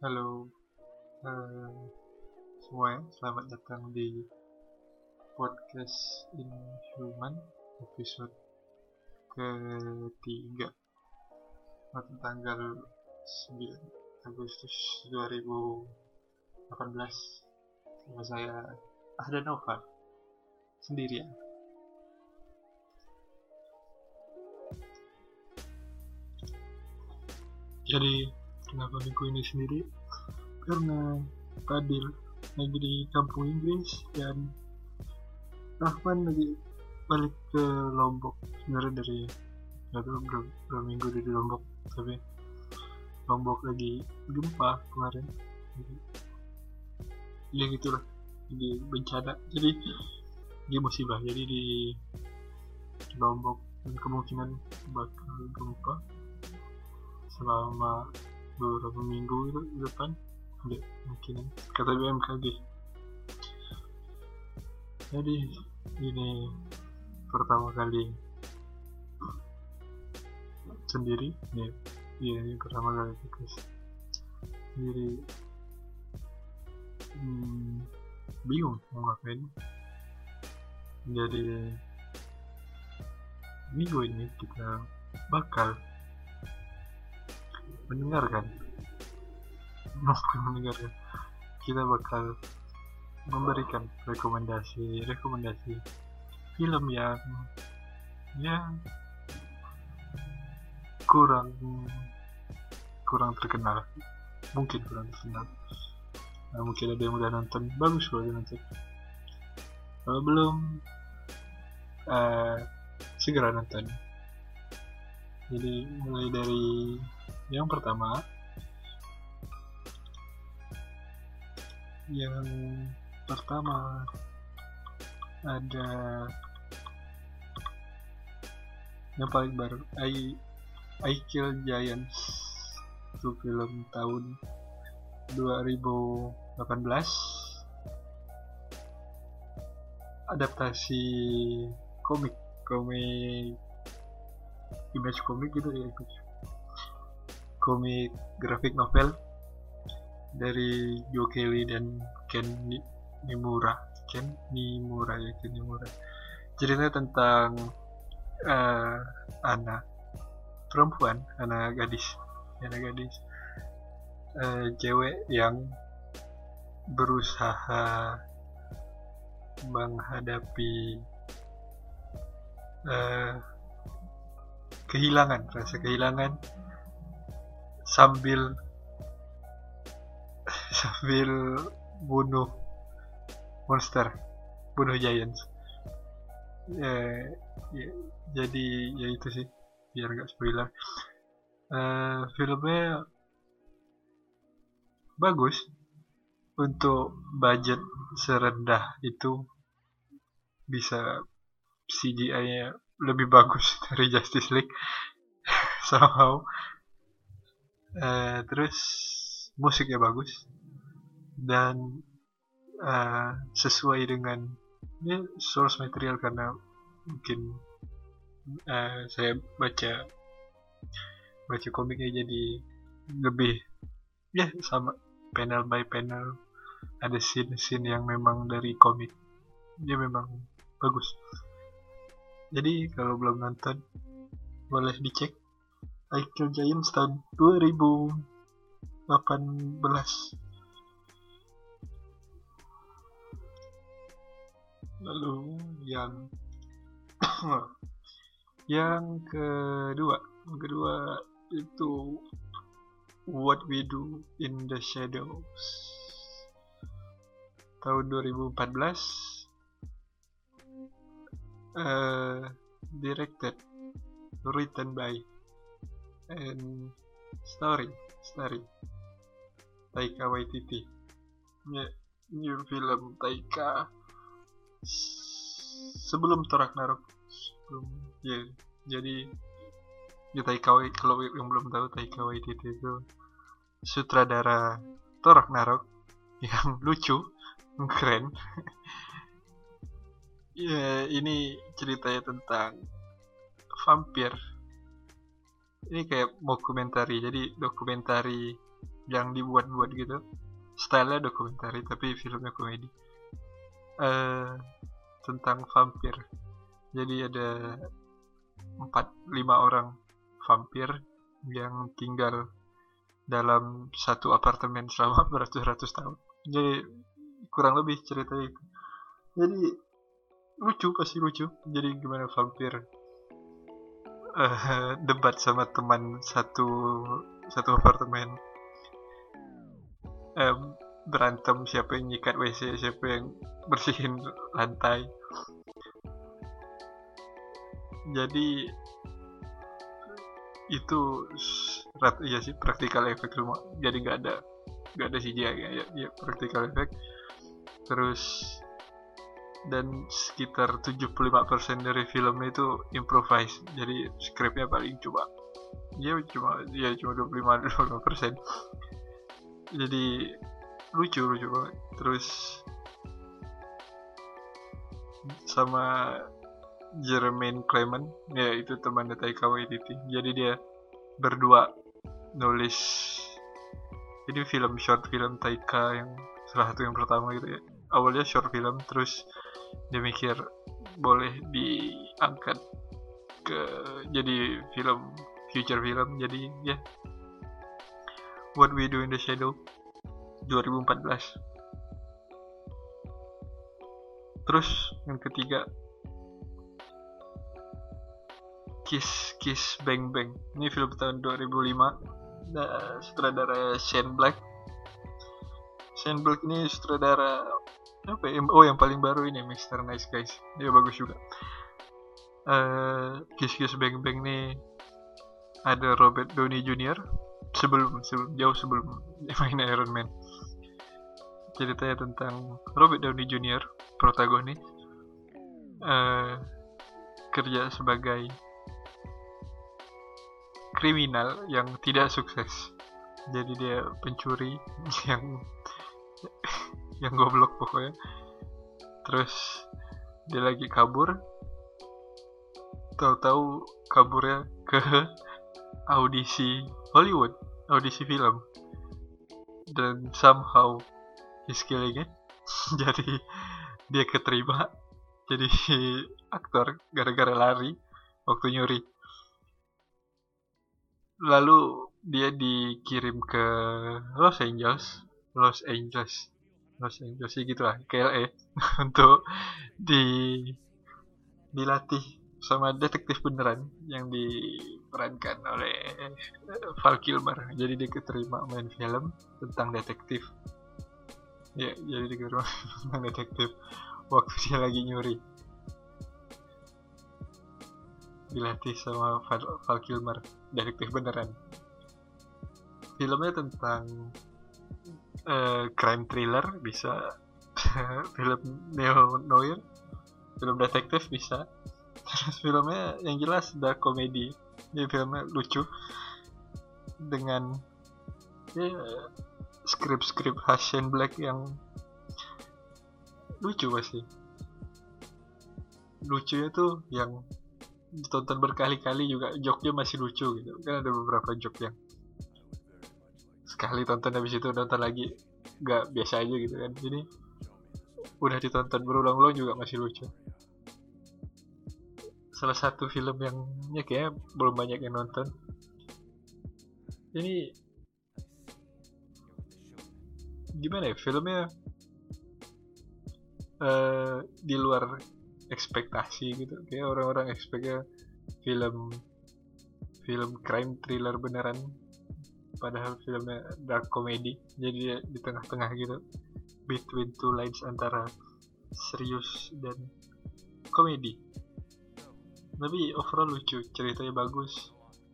Halo, eh, semuanya, selamat datang di podcast Inhuman episode ketiga pada tanggal 9 Agustus 2018. Sama saya Ahdan Nova sendirian. Jadi kenapa minggu ini sendiri? Karena Fadil lagi di kampung Inggris dan Rahman lagi balik ke Lombok. Sebenarnya dari berapa minggu di Lombok, tapi Lombok lagi gempa kemarin. Jadi, ya gitulah, jadi bencana. Jadi dia musibah. Jadi di Lombok dan kemungkinan bakal gempa selama beberapa minggu itu ke depan, ada mungkin kata BMKG. Jadi ini pertama kali sendiri ya, ini pertama kali podcast sendiri. Bingung mau ngapain. Jadi minggu ini kita bakal mendengarkan kita bakal memberikan rekomendasi film yang kurang terkenal, mungkin mungkin ada yang udah nonton, bagus kalau udah nonton. Kalau belum, segera nonton. Jadi mulai dari yang pertama, ada yang paling baru, I Kill Giants. Itu film tahun 2018, adaptasi komik Image komik gitu ya, komik grafik novel dari Joe Kelly dan Ken Niimura. Ceritanya tentang anak gadis cewek yang berusaha menghadapi rasa kehilangan sambil bunuh giants. Jadi ya itu sih, biar gak spoiler. Filmnya bagus untuk budget serendah itu, bisa CGI-nya lebih bagus dari Justice League somehow. Terus musiknya bagus dan sesuai dengan source material, karena mungkin saya baca komiknya, jadi lebih sama panel by panel, ada scene yang memang dari komik, dia memang bagus. Jadi kalau belum nonton boleh dicek I Kill Giants tahun 2018. Lalu yang kedua itu What We Do in the Shadows tahun 2014, directed, written by and starring Taika Waititi. New film Taika sebelum Thor Ragnarok. Jadi kalau yang belum tahu, Taika Waititi itu sutradara Thor Ragnarok yang lucu, keren. Ini ceritanya tentang vampir. Ini kayak dokumentari yang dibuat-buat gitu, stylenya dokumenter tapi filmnya komedi. Tentang vampir. Jadi ada 4-5 orang vampir yang tinggal dalam satu apartemen selama beratus-ratus tahun. Jadi kurang lebih ceritanya itu. Jadi pasti lucu. Jadi gimana vampir debat sama teman satu apartemen, berantem siapa yang nyikat WC, siapa yang bersihin lantai. Jadi itu iya sih practical effect semua. Jadi nggak ada CGI ya practical effect. Terus dan sekitar 75% dari filmnya itu improvise. Jadi skripnya paling cuma 25%. Jadi lucu banget. Terus sama Jermaine Clement, ya itu teman Taika Waititi. Jadi dia berdua nulis ini short film Taika yang salah satu yang pertama gitu ya. Awalnya short film, terus dia mikir boleh diangkat ke jadi future film. Jadi ya What We Do in the Shadow 2014. Terus yang ketiga Kiss Bang Bang. Ini film tahun 2005. Sutradara Shane Black. Shane Black ini sutradara apa ya? Yang paling baru ini Mr. Nice Guys. Dia bagus juga. Kiss Bang Bang nih ada Robert Downey Jr. jauh sebelum main Iron Man. Ceritanya tentang Robert Downey Jr. protagonis kerja sebagai kriminal yang tidak sukses. Jadi dia pencuri yang goblok pokoknya. Terus dia lagi kabur, tahu-tahu kaburnya ke audisi Hollywood, audisi film, dan somehow he's killing it. Jadi dia keterima jadi aktor gara-gara lari waktu nyuri. Lalu dia dikirim ke Los Angeles sih gitulah, ke LA untuk dilatih sama detektif beneran yang diperankan oleh Val Kilmer. Jadi dia keterima main film tentang detektif. Ya, jadi dia keterima tentang detektif waktu dia lagi nyuri. Dilatih sama Val Kilmer, detektif beneran. Filmnya tentang crime thriller bisa, film neo-noir, film detektif bisa. Terus filmnya yang jelas dark comedy. Ini filmnya lucu dengan skrip khas Shane Black yang lucu pasti. Lucunya tuh yang ditonton berkali-kali juga joknya masih lucu gitu. Kan ada beberapa jok yang sekali tonton habis itu nonton lagi nggak biasa aja gitu kan. Ini udah ditonton berulang-ulang juga masih lucu. Salah satu film yang kayaknya belum banyak yang nonton. Ini gimana ya, filmnya di luar ekspektasi gitu. Kayak orang-orang expect-nya film crime thriller beneran, padahal filmnya dark comedy. Jadi dia di tengah-tengah gitu, between two lines antara serius dan komedi. Tapi overall lucu, ceritanya bagus.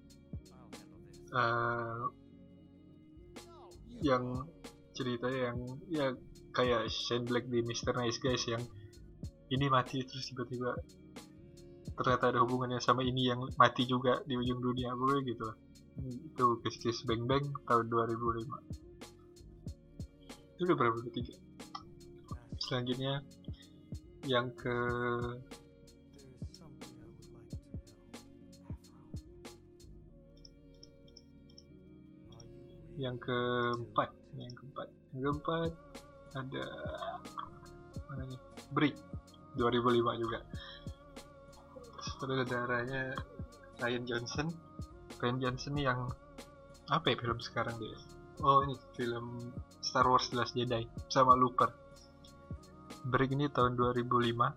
Yang ceritanya yang ya kayak Shane Black di Mr. Nice Guys, yang ini mati terus tiba-tiba ternyata ada hubungannya sama ini yang mati juga di ujung dunia, gue gitu lah. Itu Kiss Bang Bang tahun 2005. Itu udah berapa, 3. Selanjutnya yang ke Yang keempat ada mana nih? Brick 2005 juga. Saudaranya Rian Johnson nih yang apa ya film sekarang dia? Oh, ini film Star Wars The Last Jedi sama Looper. Brick ini tahun 2005.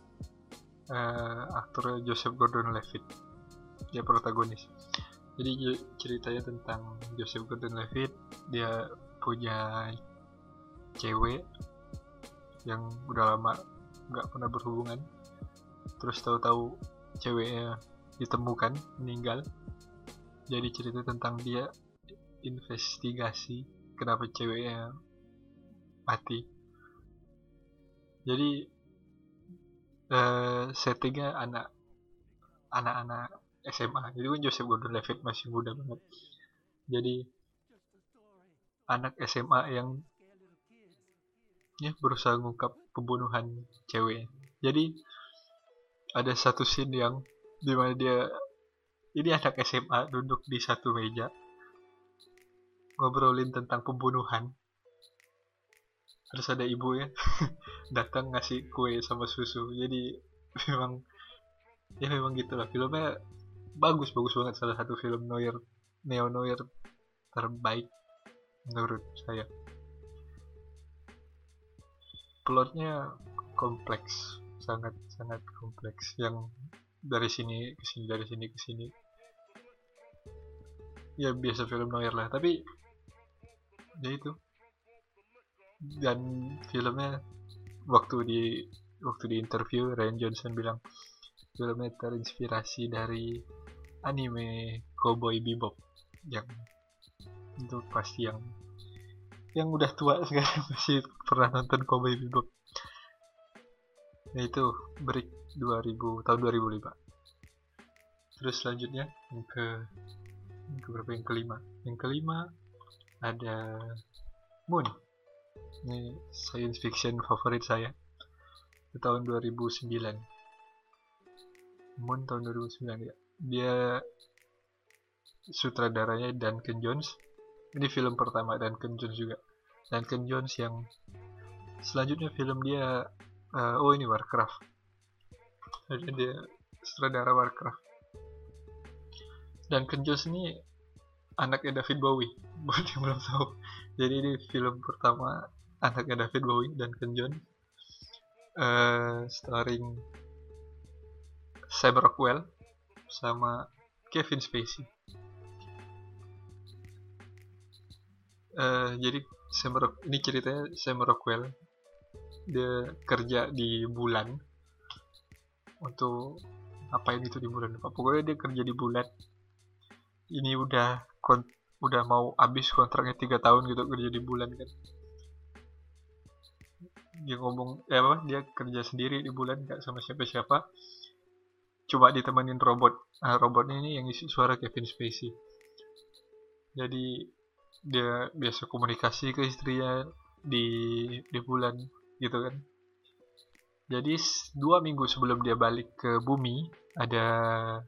Aktor Joseph Gordon-Levitt dia protagonis. Jadi ceritanya tentang Joseph Gordon-Levitt. Dia punya cewek yang udah lama nggak pernah berhubungan, terus tahu-tahu ceweknya ditemukan meninggal. Jadi cerita tentang dia investigasi kenapa ceweknya mati. Jadi settingnya anak-anak SMA. Jadi kan Joseph Gordon-Levitt masih muda banget. Jadi anak SMA yang berusaha mengungkap pembunuhan cewek. Jadi ada satu scene yang dimana ini anak SMA duduk di satu meja ngobrolin tentang pembunuhan. Terus ada ibunya datang ngasih kue sama susu. Jadi memang gitulah. Filmnya bagus banget, salah satu film neo noir terbaik menurut saya. Plotnya kompleks, sangat kompleks, yang dari sini ke sini. Ya biasa film noir lah, tapi ya itu. Dan filmnya waktu di interview Rian Johnson bilang filmnya terinspirasi dari anime Cowboy Bebop, yang itu pasti yang udah tua sekarang masih pernah nonton Cowboy Bebop. Nah itu Brick tahun 2005. Terus selanjutnya yang kelima ada Moon. Ini science fiction favorit saya di tahun 2009. Moon tahun 2009 ya. Dia sutradaranya Duncan Jones. Ini film pertama Duncan Jones juga. Duncan Jones yang selanjutnya film dia ini Warcraft. Jadi dia sutradara Warcraft. Duncan Jones ini anaknya David Bowie, buat yang belum tahu. Jadi ini film pertama anaknya David Bowie, Duncan Jones, starring Sam Rockwell sama Kevin Spacey. Jadi ini ceritanya Sam Rockwell dia kerja di bulan untuk apain gitu di bulan. Pokoknya dia kerja di bulan. Ini udah mau habis kontraknya 3 tahun gitu kerja di bulan kan. Dia ngomong dia kerja sendiri di bulan, gak sama siapa-siapa, coba ditemenin robot. Robotnya ini yang isi suara Kevin Spacey. Jadi dia biasa komunikasi ke istrinya di bulan gitu kan. Jadi 2 minggu sebelum dia balik ke bumi ada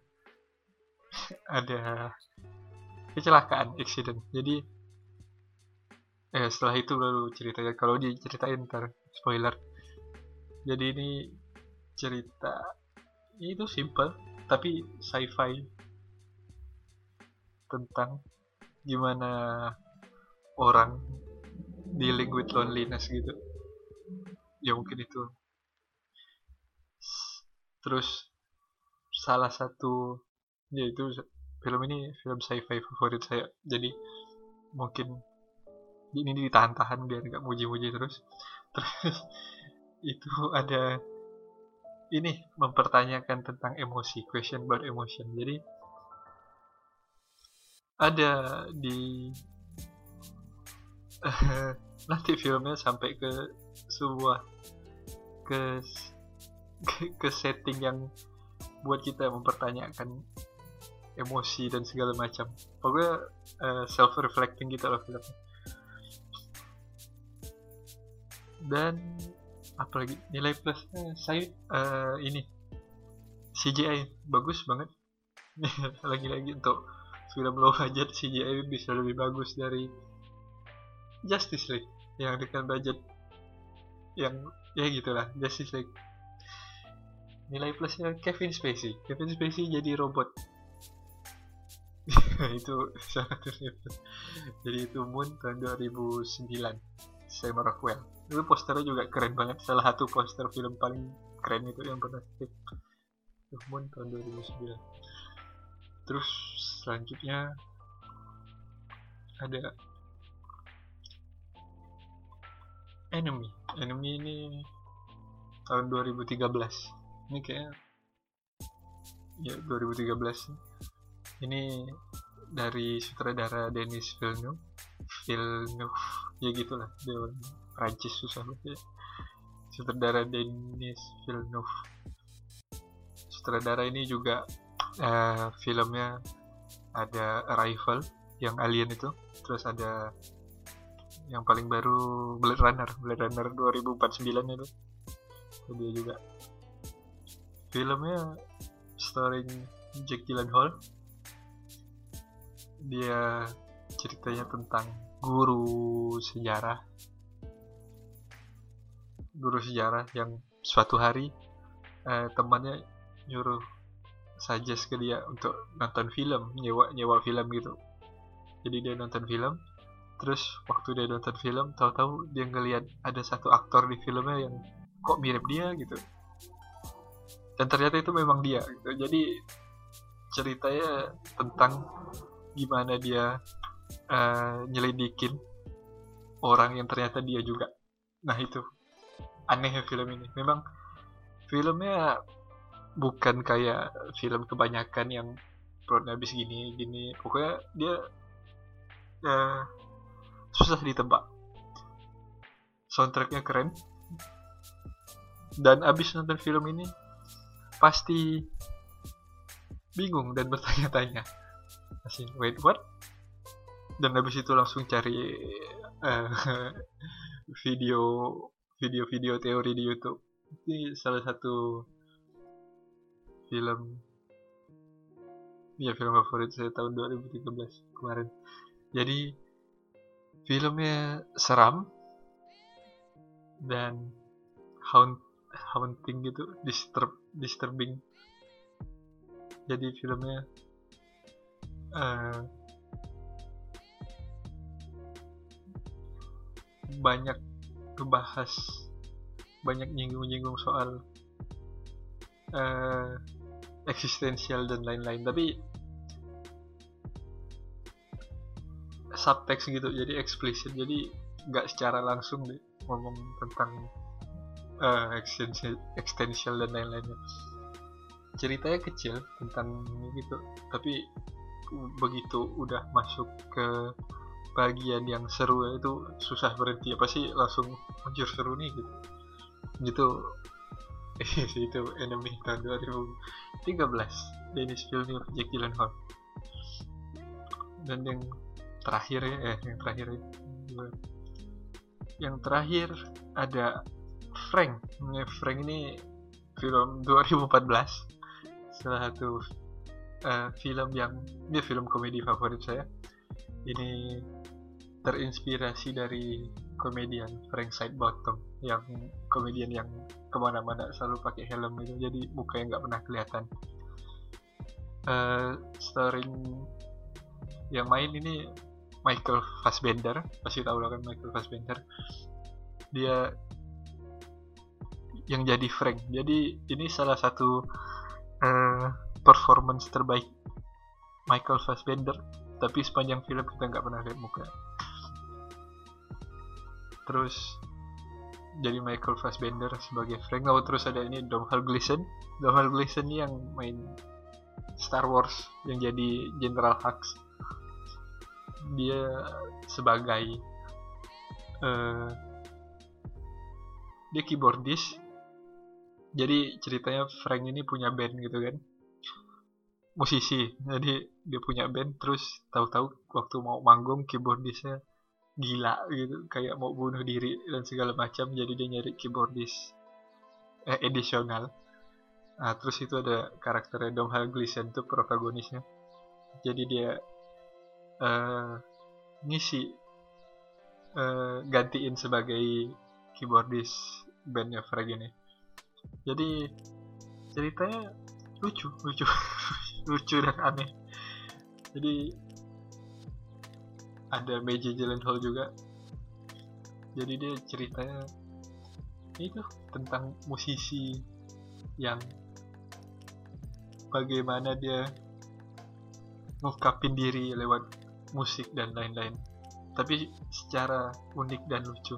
kecelakaan, accident. Jadi setelah itu baru ceritanya, kalau diceritain ntar spoiler. Jadi ini cerita itu simple tapi sci-fi tentang gimana orang dealing with loneliness gitu. Ya mungkin itu. Terus salah satu yaitu film ini film sci-fi favorit saya. Jadi mungkin ini ditahan-tahan biar nggak muji-muji terus. Terus itu ada ini mempertanyakan tentang emosi, question about emotion. Jadi ada di nanti filmnya sampai ke sebuah ke setting yang buat kita mempertanyakan emosi dan segala macam. Pokoknya self-reflecting gitu loh filmnya. Dan apalagi nilai plusnya saya ini CGI bagus banget. Lagi-lagi untuk film low budget CGI bisa lebih bagus dari Justice League yang dengan budget yang ya gitulah. Justice League nilai plusnya Kevin Spacey jadi robot. Itu salah satu nilai plus. Jadi itu Moon tahun 2009 Sam Rockwell. Itu posternya juga keren banget, salah satu poster film paling keren itu yang pernah Moon tahun 2009. Terus selanjutnya ada Enemy ini tahun 2013. Ini kayaknya ya 2013. Ini dari sutradara Denis Villeneuve ya gitulah, dia orang Prancis, susah banget ya. Sutradara Denis Villeneuve. Sutradara ini juga filmnya ada Arrival yang alien itu, terus ada yang paling baru Blade Runner 2049 itu dia juga. Filmnya starring Jake Gyllenhaal. Dia ceritanya tentang guru sejarah yang suatu hari temannya nyuruh suggest ke dia untuk nonton film, nyewa film gitu. Jadi dia nonton film, terus waktu dia nonton film tahu-tahu dia ngelihat ada satu aktor di filmnya yang kok mirip dia gitu, dan ternyata itu memang dia gitu. Jadi ceritanya tentang gimana dia nyelidikin orang yang ternyata dia juga. Nah itu anehnya film ini. Memang filmnya bukan kayak film kebanyakan yang plotnya habis gini. Pokoknya dia susah ditebak. Soundtracknya keren. Dan abis nonton film ini pasti bingung dan bertanya-tanya, wait what? Dan abis itu langsung cari video teori di YouTube. Ini salah satu film favorit saya tahun 2013 kemarin. Jadi filmnya seram dan haunting gitu, disturbing. Jadi filmnya banyak ngebahas, banyak nyinggung soal eksistensial dan lain-lain, tapi subtext gitu, jadi eksplisit, jadi nggak secara langsung deh ngomong tentang eksistensial dan lain-lainnya. Ceritanya kecil tentang gitu, tapi begitu udah masuk ke bagian yang seru itu susah berhenti. Apa sih langsung anjir seru nih gitu. Itu Enemy tahun 2013 Denis Villeneuve, Jake Gyllenhaal. Dan yang terakhir ada Frank ini film 2014, salah satu film komedi favorit saya. Ini terinspirasi dari komedian Frank Sidebottom, yang komedian yang kemana-mana selalu pakai helm itu, jadi mukanya nggak pernah kelihatan. Starring yang main ini Michael Fassbender, pasti tahu lah kan Michael Fassbender. Dia yang jadi Frank. Jadi ini salah satu performance terbaik Michael Fassbender, tapi sepanjang film kita nggak pernah lihat muka. Terus jadi Michael Fassbender sebagai Frank. Terus ada ini Domhnall Gleeson ini yang main Star Wars, yang jadi General Hux. Dia sebagai dia keyboardist. Jadi ceritanya Frank ini punya band gitu kan, musisi. Jadi dia punya band, terus tahu-tahu waktu mau manggung keyboardistnya gila gitu, kayak mau bunuh diri dan segala macam. Jadi dia nyari keyboardist additional. Nah, terus itu ada karakternya Domhnall Gleeson tuh protagonisnya. Jadi dia eh, ngisi gantiin sebagai keyboardis bandnya Frank ini. Jadi ceritanya lucu lucu dan aneh. Jadi ada Maggie Gyllenhaal juga. Jadi dia ceritanya itu tentang musisi yang bagaimana dia ngungkapin diri lewat musik dan lain-lain, tapi secara unik dan lucu.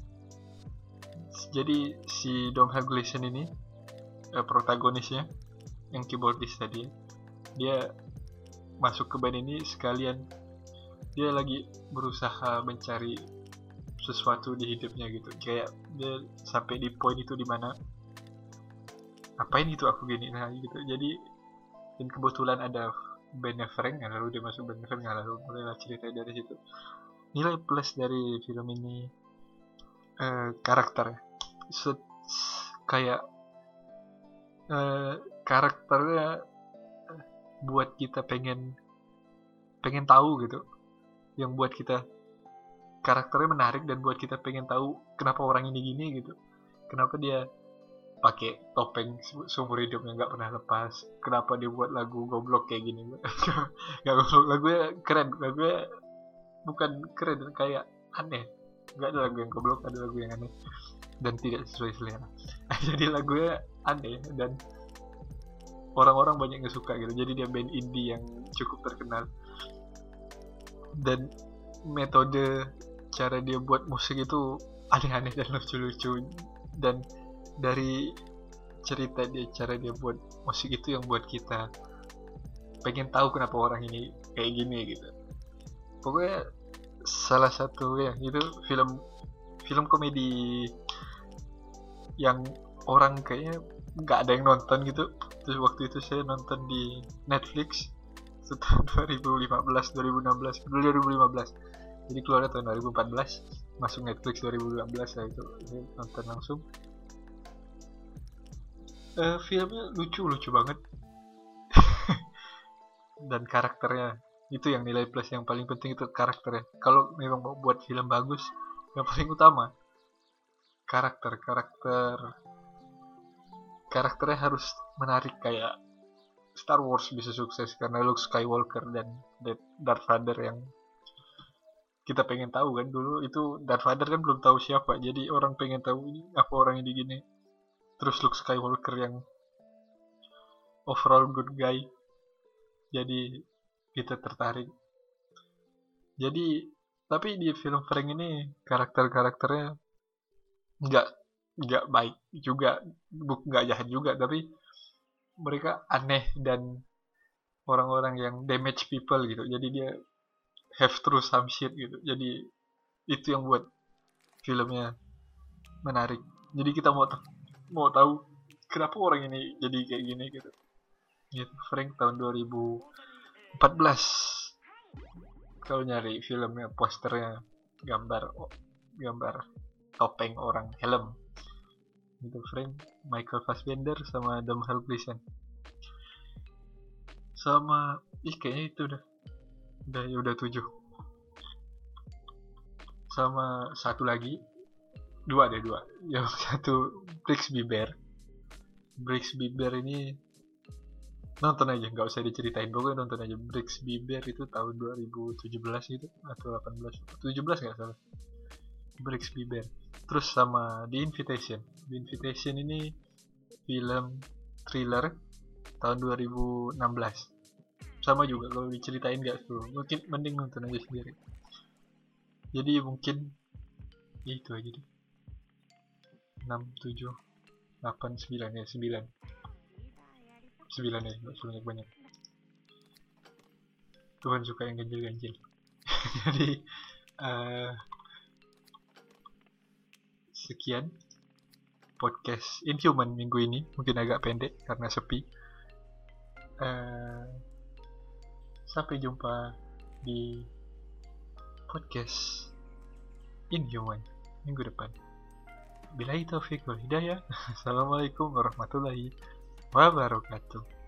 Jadi si Domhnall Gleeson ini protagonisnya yang keyboardis tadi, dia masuk ke band ini sekalian dia lagi berusaha mencari sesuatu di hidupnya gitu. Kayak dia sampai di poin itu dimana ngapain gitu aku gini gitu. Jadi dan kebetulan ada bandnya Frank, lalu dia masuk band Frank, lalu mulailah cerita dari situ. Nilai plus dari film ini karakter kayak karakternya buat kita pengen tahu gitu, yang buat kita karakternya menarik dan buat kita pengen tahu kenapa orang ini gini gitu, kenapa dia pakai topeng seumur hidupnya nggak pernah lepas, kenapa dia buat lagu goblok kayak gini. Nggak goblok, lagunya keren, lagunya bukan keren, kayak aneh. Nggak ada lagu yang goblok, ada lagu yang aneh dan tidak sesuai selera. Jadi lagunya aneh dan orang-orang banyak yang suka gitu. Jadi dia band indie yang cukup terkenal dan metode cara dia buat musik itu aneh-aneh dan lucu-lucu. Dan dari cerita dia, cara dia buat musik itu yang buat kita pengen tahu kenapa orang ini kayak gini gitu. Pokoknya salah satu ya itu film komedi yang orang kayaknya nggak ada yang nonton gitu. Terus waktu itu saya nonton di Netflix tahun 2015. Jadi keluar tahun 2014, masuk Netflix 2015 ya, itu saya nonton langsung. Filmnya lucu banget. Dan karakternya itu yang nilai plus yang paling penting, itu karakternya. Kalau memang mau buat film bagus, yang paling utama karakternya harus menarik. Kayak Star Wars bisa sukses karena Luke Skywalker dan Darth Vader yang kita pengen tahu kan. Dulu itu Darth Vader kan belum tahu siapa, jadi orang pengen tahu ini apa orang ini gini. Terus Luke Skywalker yang overall good guy, jadi kita tertarik. Jadi tapi di film Frank ini karakternya nggak baik juga, nggak jahat juga, tapi mereka aneh dan orang-orang yang damage people gitu. Jadi dia have through some shit gitu. Jadi itu yang buat filmnya menarik. Jadi kita mau tahu kenapa orang ini jadi kayak gini gitu. Gitu. Frank tahun 2014. Kalau nyari filmnya, posternya gambar topeng orang helm itu Frank, Michael Fassbender sama Domhnall Gleeson. Sama kayaknya itu udah 7. Sama satu lagi, dua. Yang satu Brigsby Bear ini nonton aja, nggak usah diceritain, pokoknya nonton aja. Brigsby Bear itu tahun 2017 gitu atau 18, 17 nggak salah. Brigsby Bear. Terus sama The Invitation ini film thriller tahun 2016. Sama juga, kalau diceritain nggak seru, mungkin mending nonton aja sendiri. Jadi mungkin itu aja deh. 6, 7, 8, 9 ya, 9 ya, gak banyak. Tuhan suka yang ganjil. Jadi sekian podcast Inhuman minggu ini, mungkin agak pendek karena sepi. Sampai jumpa di podcast Inhuman minggu depan. Billahi taufiq wal hidayah. Assalamualaikum warahmatullahi wabarakatuh.